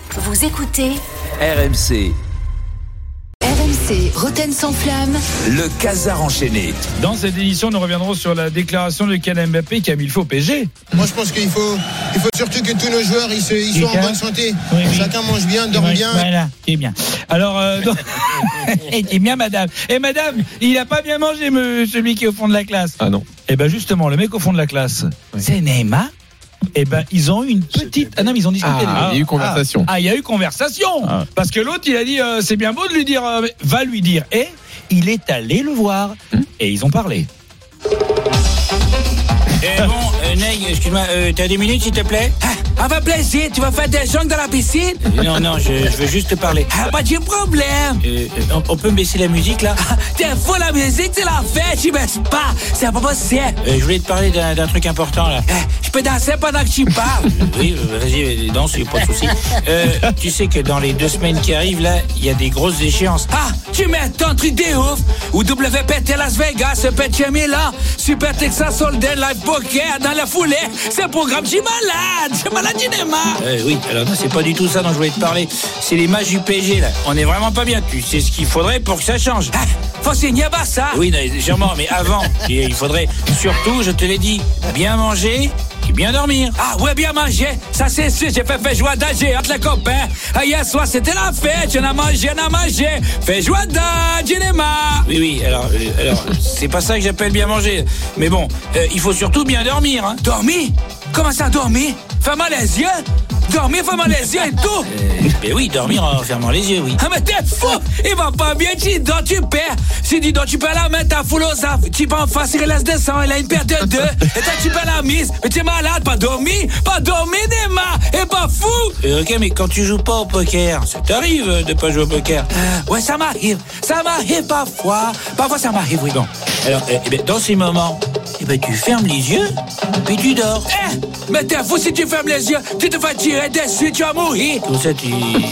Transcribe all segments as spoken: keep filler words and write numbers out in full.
Vous écoutez R M C. R M C, Roten sans flamme. Le Casar enchaîné. Dans cette édition, nous reviendrons sur la déclaration de Kylian Mbappé qui a mis le feu au P S G. Moi, je pense qu'il faut, il faut surtout que tous nos joueurs ils, se, ils soient en bonne santé. Oui, oui. Chacun mange bien, dort Oui, bien. Voilà, c'est bien. Alors, euh, donc... et, et bien, madame. Et madame, il n'a pas bien mangé, me, celui qui est au fond de la classe. Ah non. Et bien, justement, le mec au fond de la classe, oui. c'est Neymar. Eh ben, ils ont eu une petite. Ah non, mais ils ont discuté. Ah, il y a eu conversation. Ah, il y a eu conversation. Ah. Parce que l'autre, il a dit, euh, c'est bien beau de lui dire, euh, va lui dire. Et il est allé le voir. Hum? Et ils ont parlé. Euh, bon, euh, Ney, excuse-moi, euh, t'as deux minutes s'il te plaît? Ah, avec plaisir, tu vas faire des jongles dans la piscine? euh, Non, non, je, je veux juste te parler. Ah, pas de problème. Euh, on, on peut me baisser la musique là? Ah, t'es fou, la musique, c'est la fête, tu baisses pas. C'est pas possible. Euh, je voulais te parler d'un, d'un truc important là. Ah, je peux danser pendant que tu parles? euh, Oui, euh, vas-y, danse, y'a pas de souci. Euh, tu sais que dans les deux semaines qui arrivent là, il y a des grosses échéances. Ah, tu mets ton truc de ouf. Ou W P T Las Vegas, P T Milan, Super Texas Hold'em, Live Poker dans la foulée. C'est un programme, j'ai malade. J'ai malade du Neymar. Euh, oui, alors non, c'est pas du tout ça dont je voulais te parler. C'est les matchs du P S G là. On est vraiment pas bien. Tu sais ce qu'il faudrait pour que ça change. Ah, faut signer à ça. Oui, non, légèrement, mais avant, il faudrait surtout, je te l'ai dit, bien manger et bien dormir. Ah ouais, bien manger. Ça c'est sûr, j'ai fait fait joie d'âge entre les copains. Ah, hier soir, c'était la fête. On a mangé, on a mangé. Fait joie d'âge, Neymar. Oui, oui, alors, euh, alors c'est pas ça que j'appelle bien manger. Mais bon, euh, il faut surtout bien dormir. Hein. Dormir? Comment ça, dormir? Ferme les yeux? Dormir, ferme les yeux et tout? Euh, ben oui, dormir en fermant les yeux, oui. Ah, mais t'es fou! Il va pas bien, tu dors, tu perds. Si tu dors, tu perds la main, t'as full aux affres. Tu peux en face, il reste des sangs, il a une paire de deux. Et toi, tu perds la mise. Mais t'es malade, pas dormi, pas dormi, Neymar. Et pas fou! Euh, ok, mais quand tu joues pas au poker, ça t'arrive de pas jouer au poker? Euh, ouais, ça m'arrive. Ça m'arrive parfois. Parfois, ça m'arrive, oui. Bon. Alors, euh, eh ben, dans ces moments, eh ben, tu fermes les yeux, puis tu dors. Eh! Mais t'es fou si tu fermes les yeux, tu te vas tirer dessus, tu vas mourir. Comme ça, tu,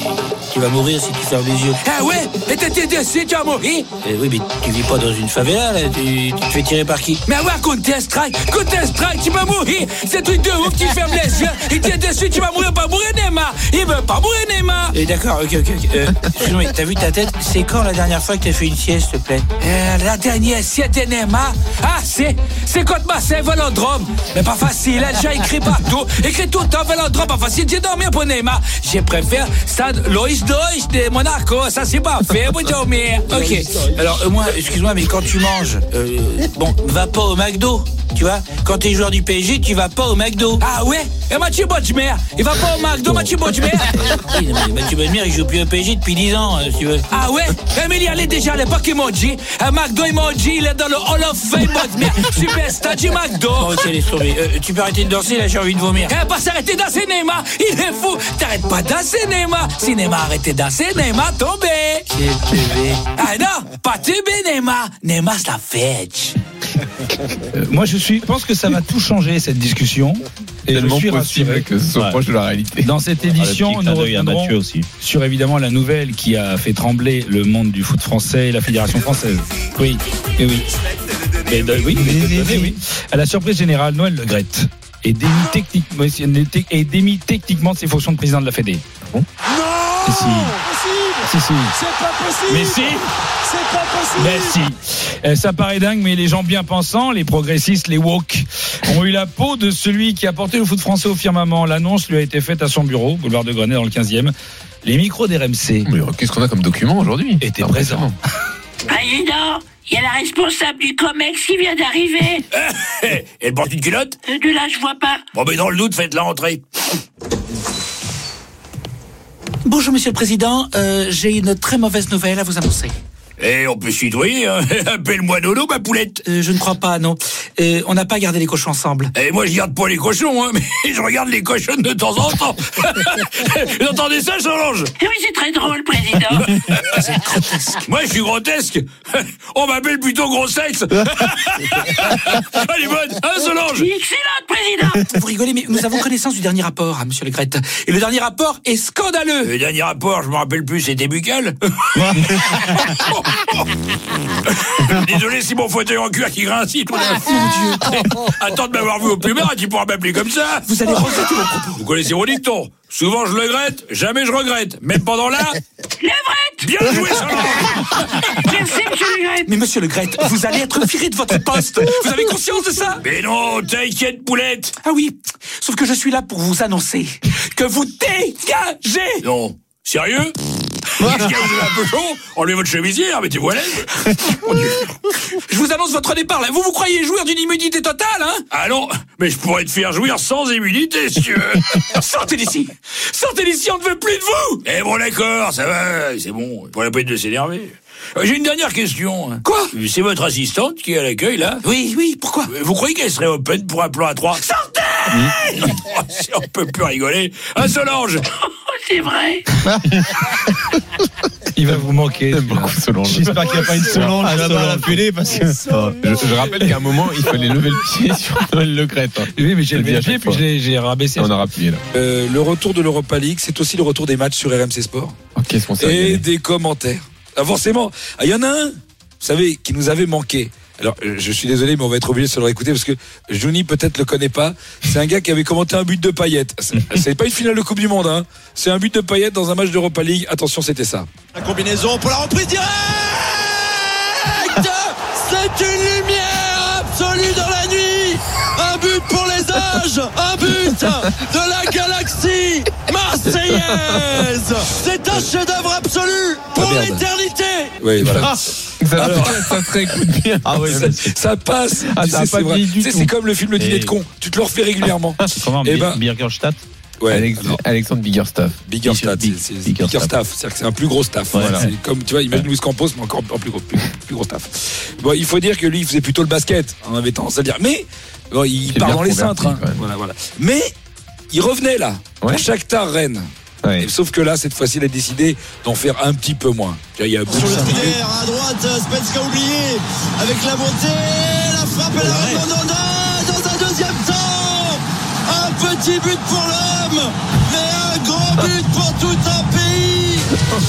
tu vas mourir si tu fermes les yeux. Ah ouais? Et t'es tiré dessus, tu vas mourir. Eh oui, mais tu vis pas dans une favela, là. Tu, tu te fais tirer par qui? Mais ouais, Counter-Strike, Counter-Strike, tu vas mourir. C'est truc de ouf, tu fermes les yeux, il tire dessus, tu vas mourir, pas mourir, Neymar. Il veut pas mourir, Neymar. Eh d'accord, ok, ok, ok. Euh, excuse-moi, t'as vu ta tête? C'est quand la dernière fois que t'as fait une sieste, s'il te plaît? Euh, la dernière sieste de Neymar? Ah, c'est, c'est contre Marseille, Vélodrome. Mais pas facile, elle j'ai écrit partout. Écrit tout le temps, Vélodrome, pas facile. J'ai dormi pour Neymar. Je préfère stade Loïs Deutsch de Monaco. Ça, c'est pas fait pour dormir. Ok. Alors, euh, moi, excuse-moi, mais quand tu manges, euh, bon, va pas au McDo. Tu vois, quand t'es joueur du P S G, tu vas pas au McDo. Ah ouais? Et Mathieu Bodmer, il va pas au McDo, Mathieu Bodmer. Oui, mais Mathieu Bodmer, il joue plus au P S G depuis dix ans, si tu veux. Ah ouais? Mais il y allait déjà à l'époque Emoji. Un McDo Emoji, il est dans le Hall of Fame Bodmer. Superstar du McDo. Oh, ok, laisse tomber. Euh, tu peux arrêter de danser, là, j'ai envie de vomir. Eh, pas s'arrêter de danser, Neymar. Il est fou. T'arrêtes pas de danser, Neymar. Si Neymar arrêtait de danser, Neymar tombé. Quel bébé. Ah non, pas tombé, Neymar. Neymar, c'est la fête. Euh, moi, je suis, pense que ça va tout changer, cette discussion. Et tellement je suis possible rassuré que ce soit ouais. proche de la réalité. Dans cette édition, ah, nous reviendrons aussi. sur évidemment la nouvelle qui a fait trembler le monde du foot français et la Fédération française. Oui, et oui. Et de, oui, mais de donner, oui. À la surprise générale, Noël Le Graët est démis, techniquement, est démis techniquement de ses fonctions de président de la Fédé. Bon. Non et si. Si, si. C'est pas possible. Mais si. C'est pas possible. Mais si. Euh, ça paraît dingue, mais les gens bien pensants, les progressistes, les woke, ont eu la peau de celui qui a porté le foot français au firmament. L'annonce lui a été faite à son bureau, boulevard de Grenay, dans le quinzième. Les micros d'R M C. Mais qu'est-ce qu'on a comme document aujourd'hui? Étaient présents. Président, il y a la responsable du COMEX qui vient d'arriver. Elle porte une culotte? De là, je vois pas. Bon, mais dans le doute, faites-la entrer. Bonjour, Monsieur le Président. Euh, j'ai une très mauvaise nouvelle à vous annoncer. Eh, on peut se tutoyer, hein. Appelle-moi Nono, ma poulette. Euh, je ne crois pas, non. Euh, on n'a pas gardé les cochons ensemble. Et moi, je garde pas les cochons, hein, mais je regarde les cochons de temps en temps. Vous entendez ça, Solange? Oui, c'est très drôle, Président. C'est grotesque. Moi, je suis grotesque. On m'appelle plutôt gros sexe. Elle est bonne, hein, Solange? Excellente, Président. Vous rigolez, mais nous avons connaissance du dernier rapport, hein, Monsieur Le Graët. Et le dernier rapport est scandaleux. Le dernier rapport, je me rappelle plus, c'était buccal. Désolé si mon fauteuil en cuir qui grince tout d'un coup. Attends de m'avoir vu au plumard et tu pourras m'appeler comme ça. Vous allez regretter vos propos. Vous connaissez mon dicton. Souvent je le regrette, jamais je regrette. Même pendant là. Levrette. Bien joué, Solange. Merci, monsieur Legrette. Mais monsieur Le Gret, vous allez être viré de votre poste. Vous avez conscience de ça? Mais non, t'inquiète, poulette. Ah oui, sauf que je suis là pour vous annoncer que vous dégagez. Non. Sérieux? Vous avez un peu chaud? Enlevez votre chemisière, mettez-vous à l'aise. Mon Dieu. Je vous annonce votre départ là. Vous vous croyez jouir d'une immunité totale, hein? Ah non, mais je pourrais te faire jouir sans immunité, si tu veux. Sortez d'ici. Sortez d'ici, on ne veut plus de vous. Eh bon, d'accord, ça va, c'est bon. Pas la peine de s'énerver. Euh, J'ai une dernière question. Quoi? C'est votre assistante qui est à l'accueil, là? Oui, oui, pourquoi? Euh, Vous croyez qu'elle serait open pour un plan à trois? Sortez. Oh, si on peut plus rigoler. Ah, Solange! C'est vrai. Il va vous manquer. J'aime beaucoup Solange. J'espère qu'il n'y a pas une Solange Ah, là-bas à la Solange. télé parce que. Je, je rappelle qu'à un moment, il fallait lever le pied sur Noël Le Gret. Hein. Oui, mais j'ai Je le dis levé à le pied, chaque puis fois. je l'ai- j'ai rabaissé. On aura appuyé là. Euh, le retour de l'Europa League, c'est aussi le retour des matchs sur R M C Sport. Oh, qu'est-ce qu'on s'est Et régalé. des commentaires. Ah, forcément. Ah, il y en a un, vous savez, qui nous avait manqué. Alors, euh, je suis désolé, mais on va être obligé de se le réécouter parce que Johnny peut-être le connaît pas. C'est un gars qui avait commenté un but de Payet. C'est c'est pas une finale de Coupe du Monde, hein. C'est un but de Payet dans un match d'Europa League. Attention, c'était ça. La combinaison pour la reprise directe. C'est une lumière absolue dans la nuit. Un but pour les âges. Un but de la galaxie marseillaise. C'est un chef-d'œuvre absolu pour Ah, merde. l'éternité. Oui, voilà. Ça, Alors- ça se réécoute bien. Ah oui, ça, ça passe. Ah, Tu ça a sais, pas c'est vrai. vieilli du Tu sais, tout. c'est comme le film Le Dîner Et- de con. Tu te le refais régulièrement. Comment? Eh ben- Birgerstadt? Ouais. Alex- alors, Alexandre Biggerstaff. Biggerstaff, Big- c'est c'est Bigger Bigger staff. staff, c'est-à-dire que c'est un plus gros staff. Ouais, Voilà. voilà. C'est comme tu vois, imagine Luis Campos, mais encore en plus gros, plus, plus gros staff. Bon, il faut dire que lui, il faisait plutôt le basket, on avait tendance à le dire. Mais bon, il C'est part bien dans les converti, cintres. hein. quand même. Voilà, voilà. Mais il revenait là Ouais. pour Shakhtar Rennes. Ouais. Et sauf que là, cette fois-ci, il a décidé d'en faire un petit peu moins. Tu vois, il y a Sur le beaucoup de trinitaire à droite, Spence qui a oublié avec la montée, la frappe et la redondance dans un deuxième temps. Un petit but pour l'homme, mais un grand but pour tout un pays.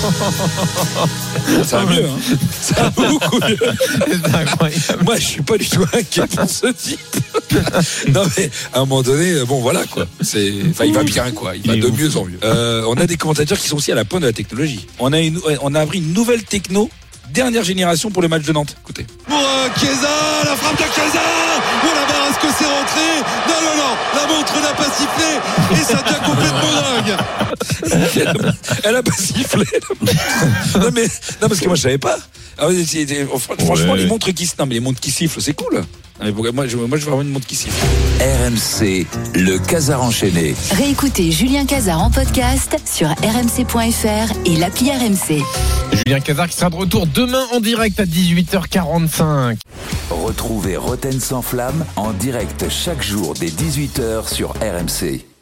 Ça va mieux, hein. Ça va beaucoup mieux. C'est incroyable. Moi, je suis pas du tout inquiet pour ce type. Non, mais à un moment donné, bon, voilà, quoi. C'est, enfin, il va bien, quoi. Il va Il est de ouf. mieux en mieux. Euh, on a des commentateurs qui sont aussi à la pointe de la technologie. On a une, on a appris une nouvelle techno, dernière génération pour le match de Nantes. Écoutez. Pour euh, Chiesa, la frappe de Chiesa. Oh la barre, est-ce que c'est rentré? Non, non, non, la montre n'a pas sifflé et ça devient complètement dingue. Elle a pas sifflé. Non, mais, non, parce que moi, je savais pas. Ah, ouais, c'est- c'est- franchement, Ouais. les montres qui, non, mais les montres qui sifflent, c'est cool. Non, mais pourquoi- moi, je, moi, je veux avoir une montre qui siffle. R M C, le Casar enchaîné. Réécoutez Julien Cazard en podcast sur r m c point f r et l'appli R M C. Julien Cazard qui sera de retour demain en direct à dix-huit heures quarante-cinq. Retrouvez Roten sans flamme en direct chaque jour dès dix-huit heures sur R M C.